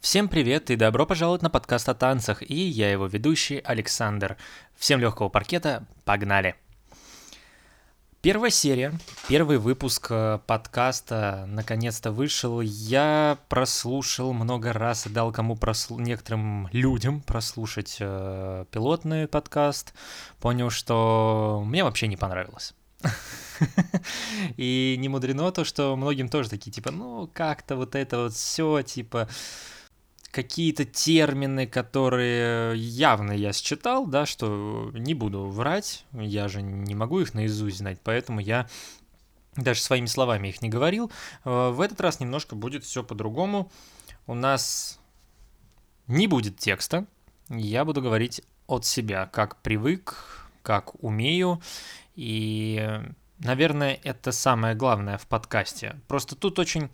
Всем привет и добро пожаловать на подкаст о танцах, и я его ведущий Александр. Всем легкого паркета, погнали! Первая серия, первый выпуск подкаста наконец-то вышел. Я прослушал много раз и дал некоторым людям прослушать пилотный подкаст. Понял, что мне вообще не понравилось. И не мудрено то, что многим тоже такие, типа, ну, как-то вот это вот все, типа, какие-то термины, которые явно я считал, да, что не буду врать, я же не могу их наизусть знать, поэтому я даже своими словами их не говорил. В этот раз немножко будет все по-другому. У нас не будет текста, я буду говорить от себя, как привык, как умею, и, наверное, это самое главное в подкасте. Просто тут очень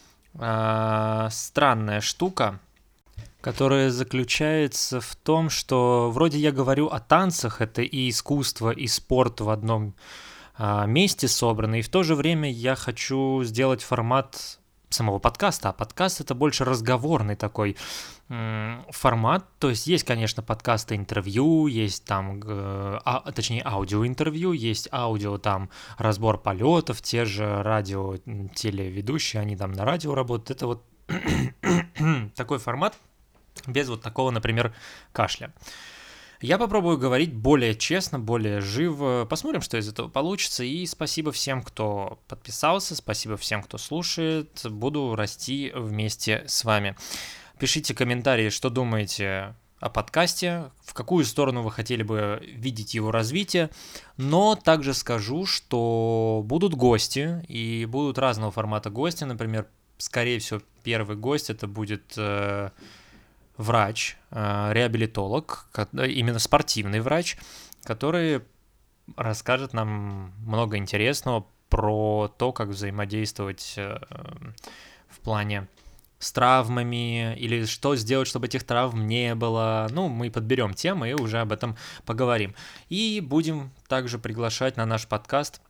странная штука, которая заключается в том, что вроде я говорю о танцах, это и искусство, и спорт в одном месте собраны, и в то же время я хочу сделать формат самого подкаста, а подкаст это больше разговорный такой формат, то есть, конечно, подкасты интервью, есть там, точнее, аудиоинтервью, есть аудио там разбор полетов, те же радио, телеведущие, они там на радио работают, это вот такой формат, без вот такого, например, кашля. Я попробую говорить более честно, более живо. Посмотрим, что из этого получится. И спасибо всем, кто подписался. Спасибо всем, кто слушает. Буду расти вместе с вами. Пишите комментарии, что думаете о подкасте, в какую сторону вы хотели бы видеть его развитие. Но также скажу, что будут гости. И будут разного формата гости. Например, скорее всего, первый гость это будет врач, реабилитолог, именно спортивный врач, который расскажет нам много интересного про то, как взаимодействовать в плане с травмами или что сделать, чтобы этих травм не было. Ну, мы подберем темы и уже об этом поговорим. И будем также приглашать на наш подкаст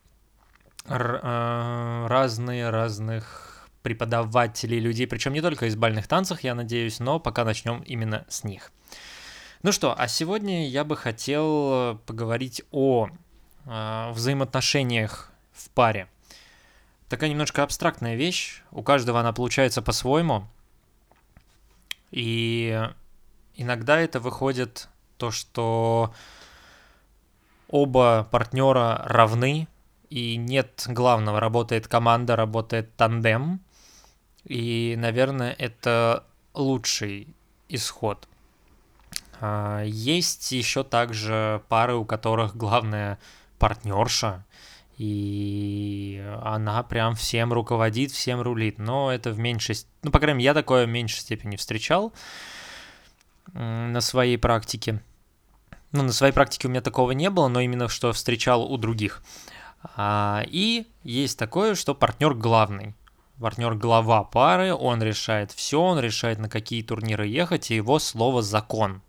разных преподавателей, людей, причем не только из бальных танцев, я надеюсь, но пока начнем именно с них. Ну что, а сегодня я бы хотел поговорить о взаимоотношениях в паре. Такая немножко абстрактная вещь, у каждого она получается по-своему, и иногда это выходит то, что оба партнера равны, и нет главного, работает команда, работает тандем, и, наверное, это лучший исход. Есть еще также пары, у которых главная партнерша, и она прям всем руководит, всем рулит. Но это в меньшей... Ну, по крайней мере, я такое в меньшей степени встречал на своей практике. Ну, на своей практике у меня такого не было, но именно что встречал у других. И есть такое, что партнер главный. Партнер глава пары, он решает все, он решает, на какие турниры ехать, и его слово закон.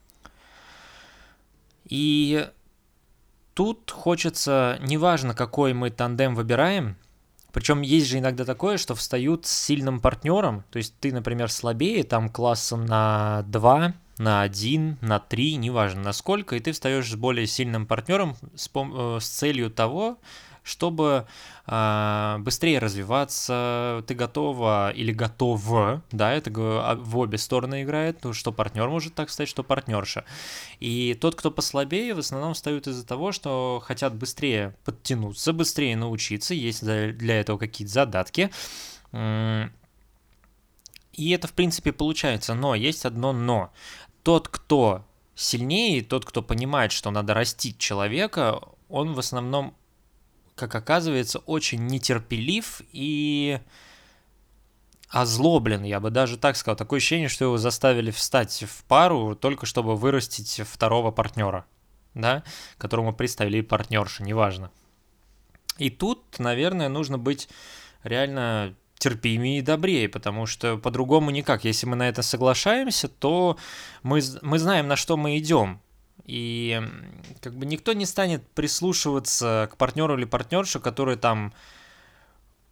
И тут хочется, неважно, какой мы тандем выбираем, причем есть же иногда такое, что встают с сильным партнером, то есть ты, например, слабее, там классом на 2, на 1, на 3, неважно на сколько, и ты встаешь с более сильным партнером с целью того, чтобы быстрее развиваться, ты готова или готова, да, это в обе стороны играет, ну, что партнер может так сказать, что партнерша. И тот, кто послабее, в основном встают из-за того, что хотят быстрее подтянуться, быстрее научиться, есть для этого какие-то задатки. И это, в принципе, получается, но есть одно но. Тот, кто сильнее, тот, кто понимает, что надо растить человека, он в основном, как оказывается, очень нетерпелив и озлоблен, я бы даже так сказал. Такое ощущение, что его заставили встать в пару только чтобы вырастить второго партнера, да, которому представили партнерша, неважно. И тут, наверное, нужно быть реально терпимее и добрее, потому что по-другому никак. Если мы на это соглашаемся, то мы знаем, на что мы идем. И как бы никто не станет прислушиваться к партнеру или партнерше, который там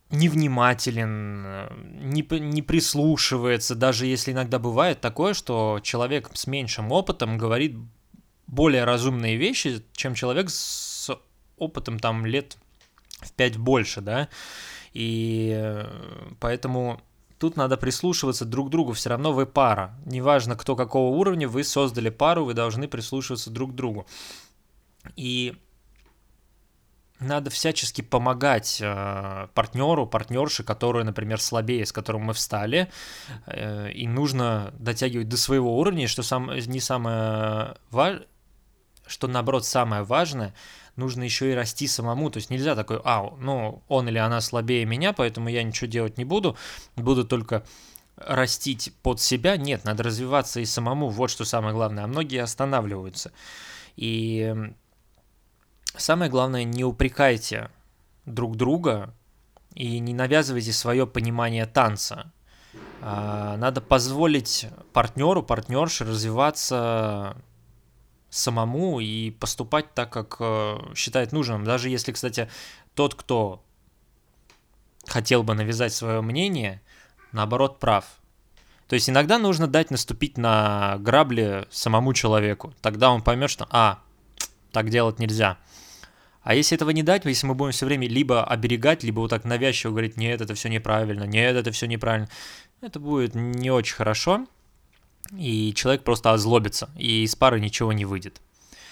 невнимателен, не прислушивается, даже если иногда бывает такое, что человек с меньшим опытом говорит более разумные вещи, чем человек с опытом там лет в 5 больше, да, и поэтому тут надо прислушиваться друг к другу, все равно вы пара, неважно кто какого уровня, вы создали пару, вы должны прислушиваться друг к другу, и надо всячески помогать партнеру, партнерше, который, например, слабее, с которым мы встали, и нужно дотягивать до своего уровня, что не самое важное, что наоборот самое важное, нужно еще и расти самому, то есть нельзя такой, ну он или она слабее меня, поэтому я ничего делать не буду только растить под себя, нет, надо развиваться и самому, вот что самое главное, а многие останавливаются, и самое главное, не упрекайте друг друга и не навязывайте свое понимание танца. Надо позволить партнеру, партнерше развиваться самому и поступать так, как считает нужным. Даже если, кстати, тот, кто хотел бы навязать свое мнение, наоборот, прав. То есть иногда нужно дать наступить на грабли самому человеку. Тогда он поймет, что так делать нельзя. А если этого не дать, если мы будем все время либо оберегать, либо вот так навязчиво говорить, нет, это все неправильно, нет, это все неправильно, это будет не очень хорошо, и человек просто озлобится, и из пары ничего не выйдет.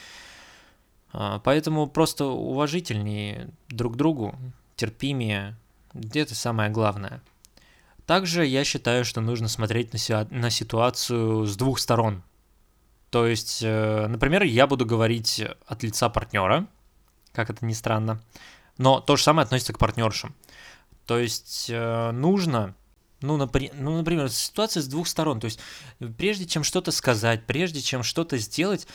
Поэтому просто уважительнее друг к другу, терпимее, это самое главное. Также я считаю, что нужно смотреть на ситуацию с двух сторон. То есть, например, я буду говорить от лица партнера, как это ни странно, но то же самое относится к партнершам. То есть нужно, например, ситуация с двух сторон. То есть прежде чем что-то сказать, прежде чем что-то сделать,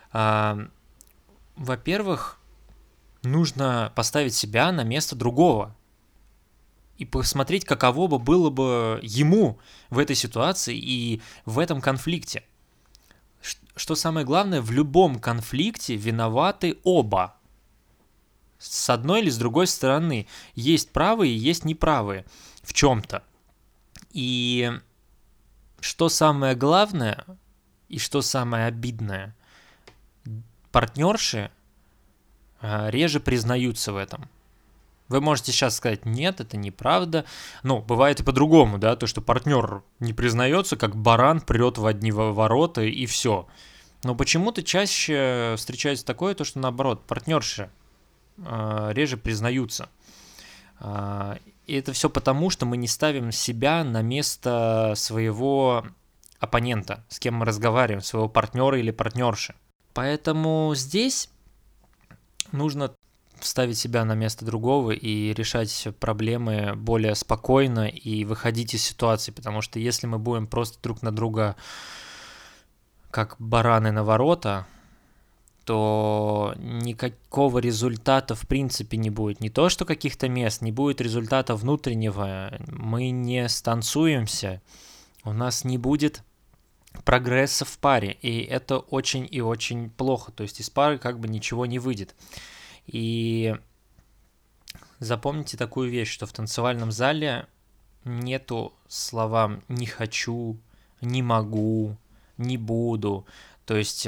во-первых, нужно поставить себя на место другого и посмотреть, каково бы было бы ему в этой ситуации и в этом конфликте. Что самое главное, в любом конфликте виноваты оба. С одной или с другой стороны. Есть правые, есть неправые в чем-то. И что самое главное и что самое обидное, партнерши реже признаются в этом. Вы можете сейчас сказать, нет, это неправда. Ну, бывает и по-другому, да, то, что партнер не признается, как баран прет в одни ворота и все. Но почему-то чаще встречается такое, то, что наоборот, партнерши реже признаются. И это все потому, что мы не ставим себя на место своего оппонента, с кем мы разговариваем, своего партнера или партнерши. Поэтому здесь нужно ставить себя на место другого и решать проблемы более спокойно и выходить из ситуации, потому что если мы будем просто друг на друга как бараны на ворота, то никакого результата в принципе не будет. Не то, что каких-то мест, не будет результата внутреннего. Мы не станцуемся, у нас не будет прогресса в паре, и это очень и очень плохо. То есть из пары как бы ничего не выйдет. И запомните такую вещь, что в танцевальном зале нету словам «не хочу», «не могу», «не буду». То есть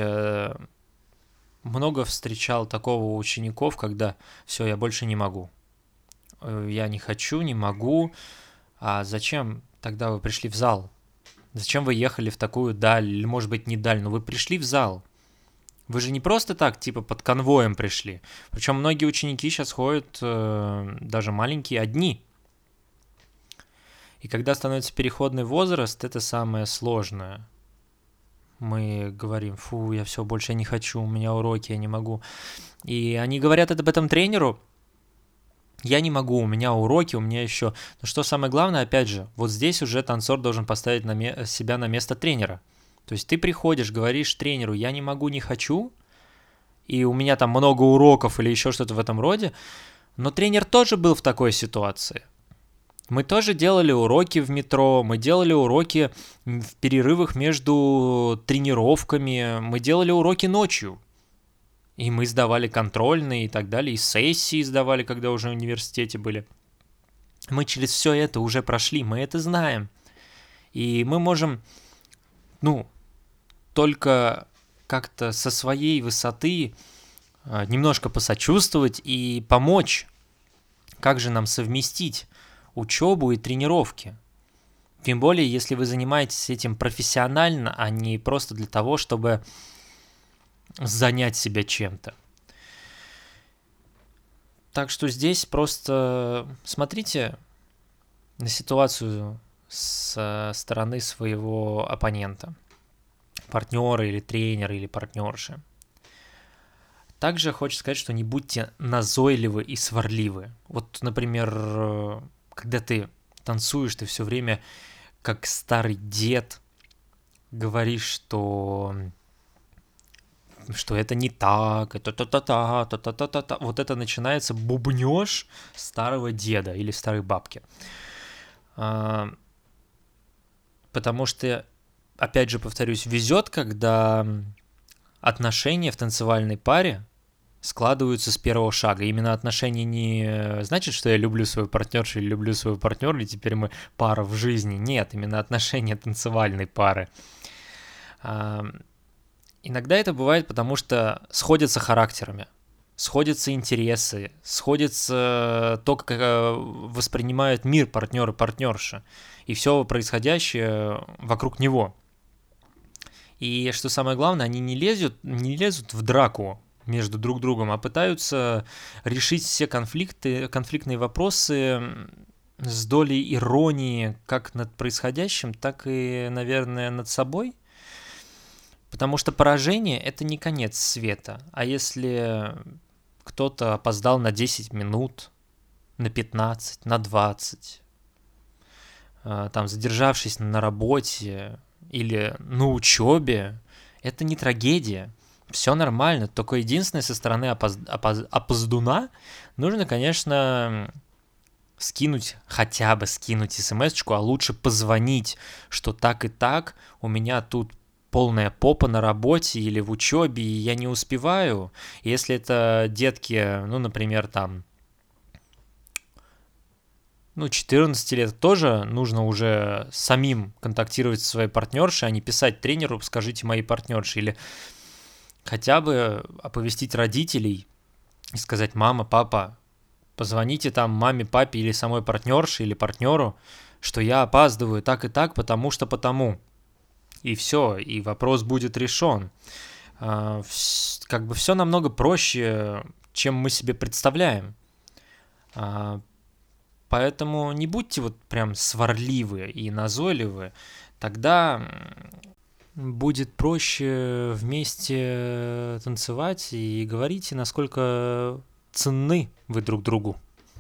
много встречал такого у учеников, когда все, я больше не могу. Я не хочу, не могу. А зачем тогда вы пришли в зал? Зачем вы ехали в такую даль? Или, может быть, не даль, но вы пришли в зал. Вы же не просто так, типа, под конвоем пришли. Причем многие ученики сейчас ходят, даже маленькие, одни. И когда становится переходный возраст, это самое сложное. Мы говорим, фу, я все, больше не хочу, у меня уроки, я не могу. И они говорят об этом тренеру, я не могу, у меня уроки, у меня еще... Но что самое главное, опять же, вот здесь уже танцор должен поставить себя на место тренера. То есть ты приходишь, говоришь тренеру, я не могу, не хочу, и у меня там много уроков или еще что-то в этом роде, но тренер тоже был в такой ситуации. Мы тоже делали уроки в метро, мы делали уроки в перерывах между тренировками, мы делали уроки ночью. И мы сдавали контрольные и так далее, и сессии сдавали, когда уже в университете были. Мы через все это уже прошли, мы это знаем. И мы можем, только как-то со своей высоты немножко посочувствовать и помочь, как же нам совместить учебу и тренировки. Тем более, если вы занимаетесь этим профессионально, а не просто для того, чтобы занять себя чем-то. Так что здесь просто смотрите на ситуацию со стороны своего оппонента, партнера или тренера или партнерши. Также хочется сказать, что не будьте назойливы и сварливы. Вот, например, когда ты танцуешь, ты все время как старый дед говоришь, что это не так, это та-та-та, та-та-та-та. Вот это начинается бубнёж старого деда или старой бабки. Потому что, опять же, повторюсь, везет, когда отношения в танцевальной паре складываются с первого шага. Именно отношения не значит, что я люблю свою партнершу или люблю своего партнера, и теперь мы пара в жизни. Нет, именно отношения танцевальной пары. Иногда это бывает, потому что сходятся характерами, сходятся интересы, сходится то, как воспринимают мир партнер и партнерша, и все происходящее вокруг него. И что самое главное, они не лезут в драку между друг другом, а пытаются решить все конфликтные вопросы с долей иронии как над происходящим, так и, наверное, над собой. Потому что поражение – это не конец света. А если кто-то опоздал на 10 минут, на 15, на 20, там, задержавшись на работе или на учебе, это не трагедия. Все нормально. Только единственное, со стороны опоздуна нужно, конечно, хотя бы скинуть смс-очку, а лучше позвонить, что так и так, у меня тут полная попа на работе или в учебе, и я не успеваю. Если это детки, например, 14 лет, тоже нужно уже самим контактировать со своей партнершей, а не писать тренеру: скажите моей партнерше, или хотя бы оповестить родителей и сказать: мама, папа, позвоните маме, папе или самой партнерше или партнеру, что я опаздываю так и так, потому что потому. И все, и вопрос будет решен. Все намного проще, чем мы себе представляем. Поэтому не будьте прям сварливы и назойливы, тогда будет проще вместе танцевать и говорите, насколько ценны вы друг другу.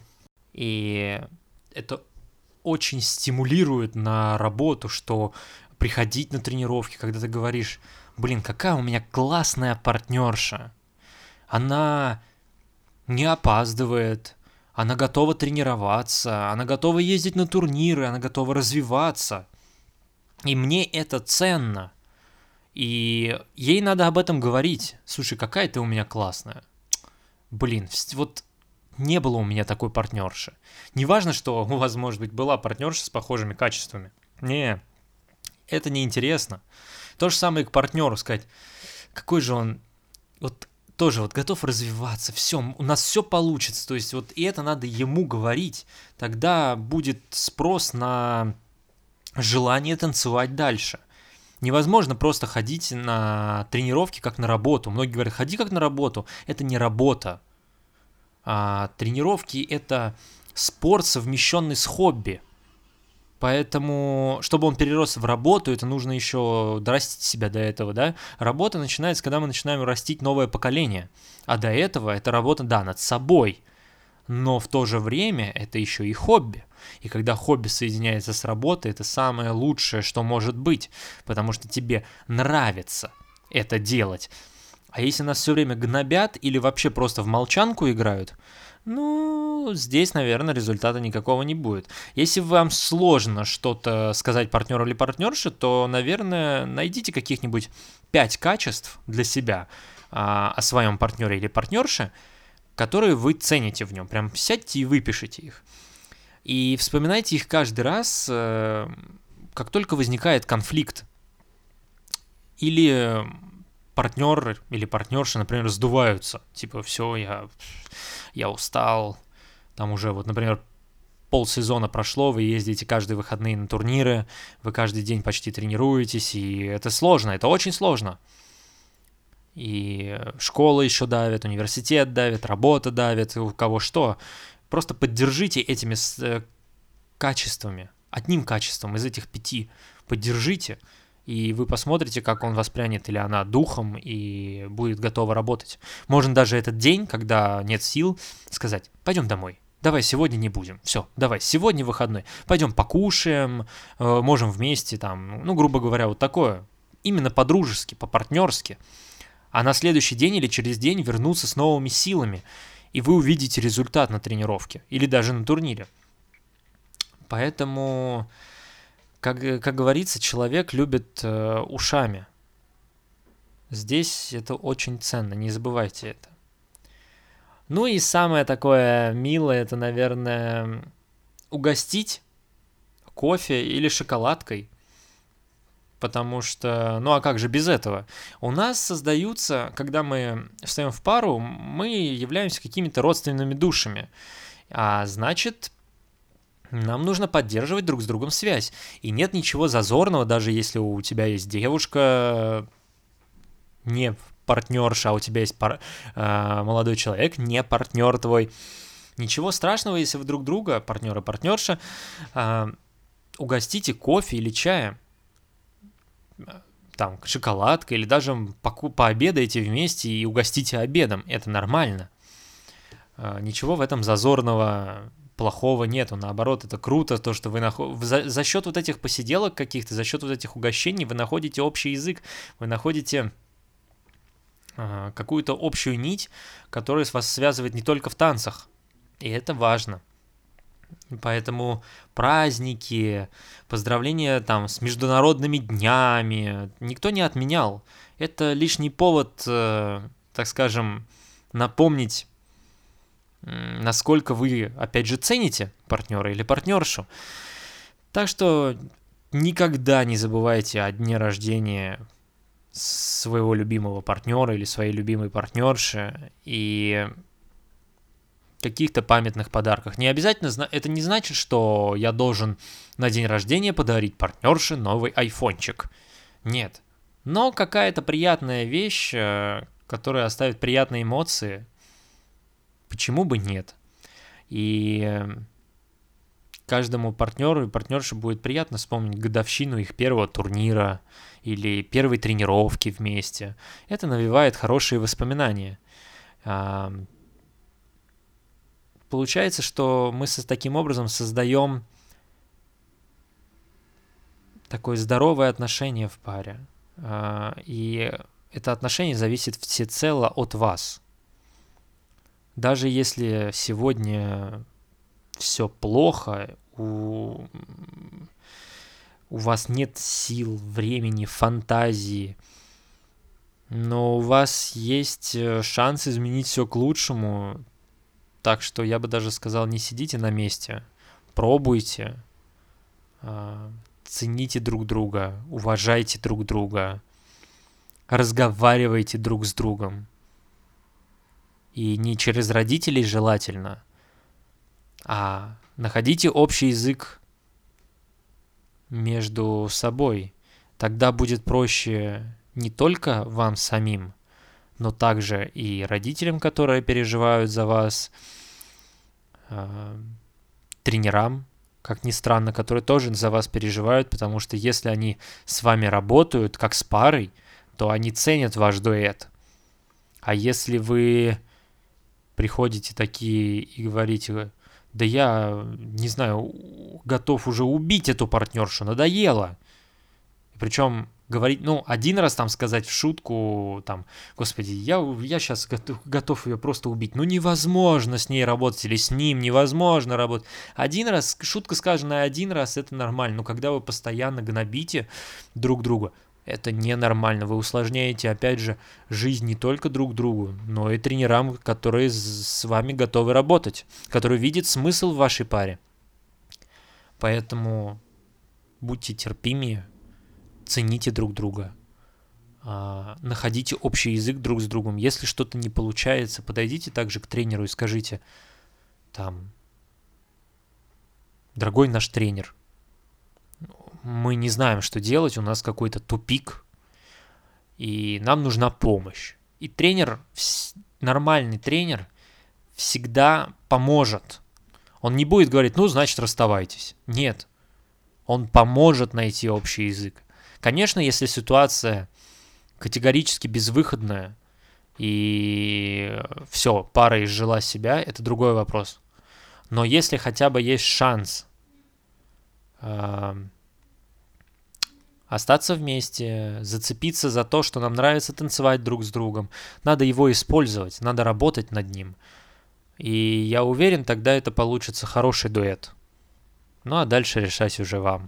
И это очень стимулирует на работу, что приходить на тренировки, когда ты говоришь: блин, какая у меня классная партнерша. Она не опаздывает, она готова тренироваться, она готова ездить на турниры, она готова развиваться. И мне это ценно. И ей надо об этом говорить. Слушай, какая ты у меня классная. Блин, не было у меня такой партнерши. Неважно, что у вас, может быть, была партнерша с похожими качествами. Не, это неинтересно. То же самое и к партнеру сказать: какой же он тоже готов развиваться, все, у нас все получится. То есть и это надо ему говорить. Тогда будет спрос на желание танцевать дальше. Невозможно просто ходить на тренировки как на работу. Многие говорят: ходи как на работу. Это не работа. Тренировки – это спорт, совмещенный с хобби. Поэтому, чтобы он перерос в работу, это нужно еще дорастить себя до этого, да? Работа начинается, когда мы начинаем растить новое поколение. А до этого это работа, над собой. Но в то же время это еще и хобби. И когда хобби соединяется с работой, это самое лучшее, что может быть. Потому что тебе нравится это делать. А если нас все время гнобят или вообще просто в молчанку играют, здесь, наверное, результата никакого не будет. Если вам сложно что-то сказать партнеру или партнерше, то, наверное, найдите каких-нибудь 5 качеств для себя о своем партнере или партнерше, которые вы цените в нем. Прям сядьте и выпишите их. И вспоминайте их каждый раз, как только возникает конфликт. Или партнер или партнерша, например, сдуваются. Типа, все, я устал. Там уже, вот, например, полсезона прошло, вы ездите каждые выходные на турниры, вы каждый день почти тренируетесь, и это сложно, это очень сложно. И школа еще давит, университет давит, работа давит, у кого что. Просто поддержите этими качествами, одним качеством из этих 5 поддержите, и вы посмотрите, как он воспрянет или она духом и будет готова работать. Можно даже этот день, когда нет сил, сказать: пойдем домой. Давай сегодня не будем. Все, давай, сегодня выходной. Пойдем покушаем, можем вместе там, ну, грубо говоря, вот такое. Именно по-дружески, по-партнерски. А на следующий день или через день вернуться с новыми силами. И вы увидите результат на тренировке или даже на турнире. Поэтому, как говорится, человек любит ушами. Здесь это очень ценно, не забывайте это. Ну и самое такое милое, это, наверное, угостить кофе или шоколадкой. Потому что, ну а как же без этого? У нас создаются, когда мы встаем в пару, мы являемся какими-то родственными душами. А значит, нам нужно поддерживать друг с другом связь. И нет ничего зазорного, даже если у тебя есть девушка, не партнерша, а у тебя есть молодой человек, не партнер твой. Ничего страшного, если вы друг друга, партнер и партнерша, угостите кофе или чаем, там, шоколадкой, или даже пообедаете вместе и угостите обедом. Это нормально. Ничего в этом зазорного, плохого нету. Наоборот, это круто, то, что вы за счет вот этих посиделок каких-то, за счет вот этих угощений вы находите общий язык, вы находите какую-то общую нить, которая вас связывает не только в танцах. И это важно. Поэтому праздники, поздравления там с международными днями никто не отменял. Это лишний повод, так скажем, напомнить, насколько вы, опять же, цените партнера или партнершу. Так что никогда не забывайте о дне рождения своего любимого партнера или своей любимой партнерши и каких-то памятных подарках. Не обязательно, это не значит, что я должен на день рождения подарить партнерше новый айфончик. Нет. Но какая-то приятная вещь, которая оставит приятные эмоции, почему бы нет? И каждому партнеру и партнерше будет приятно вспомнить годовщину их первого турнира или первой тренировки вместе. Это навевает хорошие воспоминания. Получается, что мы таким образом создаем такое здоровое отношение в паре. И это отношение зависит всецело от вас. Даже если сегодня все плохо, у вас нет сил, времени, фантазии, но у вас есть шанс изменить все к лучшему. Так что я бы даже сказал, не сидите на месте, пробуйте, цените друг друга, уважайте друг друга, разговаривайте друг с другом. И не через родителей желательно, а находите общий язык между собой. Тогда будет проще не только вам самим, но также и родителям, которые переживают за вас, тренерам, как ни странно, которые тоже за вас переживают, потому что если они с вами работают как с парой, то они ценят ваш дуэт. А если вы приходите такие и говорите: да я, не знаю, готов уже убить эту партнершу, надоело. Причем говорить, один раз там сказать в шутку, там, господи, я сейчас готов ее просто убить. Невозможно с ней работать или с ним невозможно работать. Один раз, шутка сказанная один раз, это нормально. Но когда вы постоянно гнобите друг друга, это ненормально. Вы усложняете, опять же, жизнь не только друг другу, но и тренерам, которые с вами готовы работать, которые видят смысл в вашей паре. Поэтому будьте терпимее, цените друг друга, находите общий язык друг с другом. Если что-то не получается, подойдите также к тренеру и скажите, там, дорогой наш тренер, мы не знаем, что делать, у нас какой-то тупик, и нам нужна помощь. И тренер, нормальный тренер, всегда поможет. Он не будет говорить, ну, значит, расставайтесь. Нет. Он поможет найти общий язык. Конечно, если ситуация категорически безвыходная, и все, пара изжила себя, это другой вопрос. Но если хотя бы есть шанс остаться вместе, зацепиться за то, что нам нравится танцевать друг с другом, надо его использовать, надо работать над ним. И я уверен, тогда это получится хороший дуэт. Ну а дальше решать уже вам.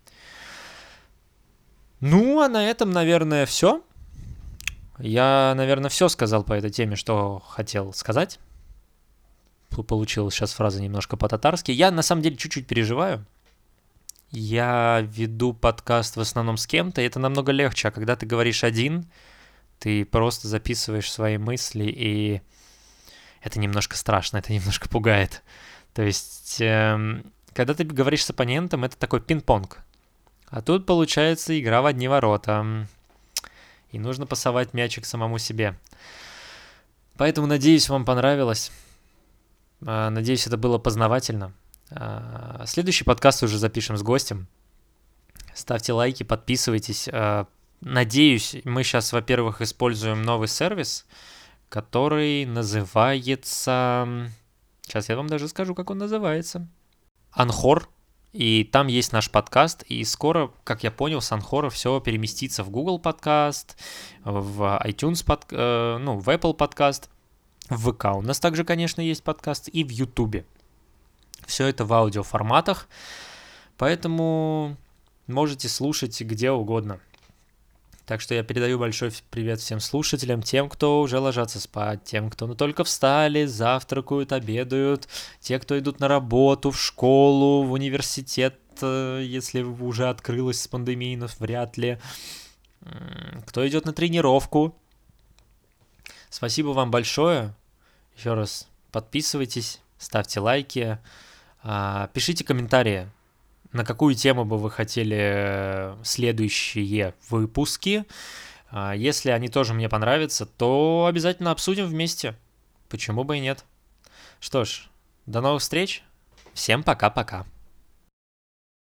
Ну, а на этом, наверное, все. Я, наверное, все сказал по этой теме, что хотел сказать. Получилась сейчас фраза немножко по-татарски. Я, на самом деле, чуть-чуть переживаю. Я веду подкаст в основном с кем-то, и это намного легче. А когда ты говоришь один, ты просто записываешь свои мысли, и это немножко страшно, это немножко пугает. То есть, когда ты говоришь с оппонентом, это такой пинг-понг. А тут получается игра в одни ворота. И нужно пасовать мячик самому себе. Поэтому, надеюсь, вам понравилось. Надеюсь, это было познавательно. Следующий подкаст уже запишем с гостем. Ставьте лайки, подписывайтесь. Надеюсь, мы сейчас, во-первых, используем новый сервис, который называется... Сейчас я вам даже скажу, как он называется. Анхор. И там есть наш подкаст. И скоро, как я понял, с Анхора все переместится в Google подкаст, в iTunes, в Apple подкаст, в ВК. У нас также, конечно, есть подкаст и в YouTube. Все это в аудиоформатах, поэтому можете слушать где угодно. Так что я передаю большой привет всем слушателям, тем, кто уже ложатся спать, тем, кто только встали, завтракают, обедают, те, кто идут на работу, в школу, в университет, если уже открылось с пандемией, но вряд ли, кто идет на тренировку. Спасибо вам большое. Еще раз подписывайтесь, ставьте лайки. Пишите комментарии, на какую тему бы вы хотели следующие выпуски. Если они тоже мне понравятся, то обязательно обсудим вместе. Почему бы и нет? Что ж, до новых встреч. Всем пока-пока.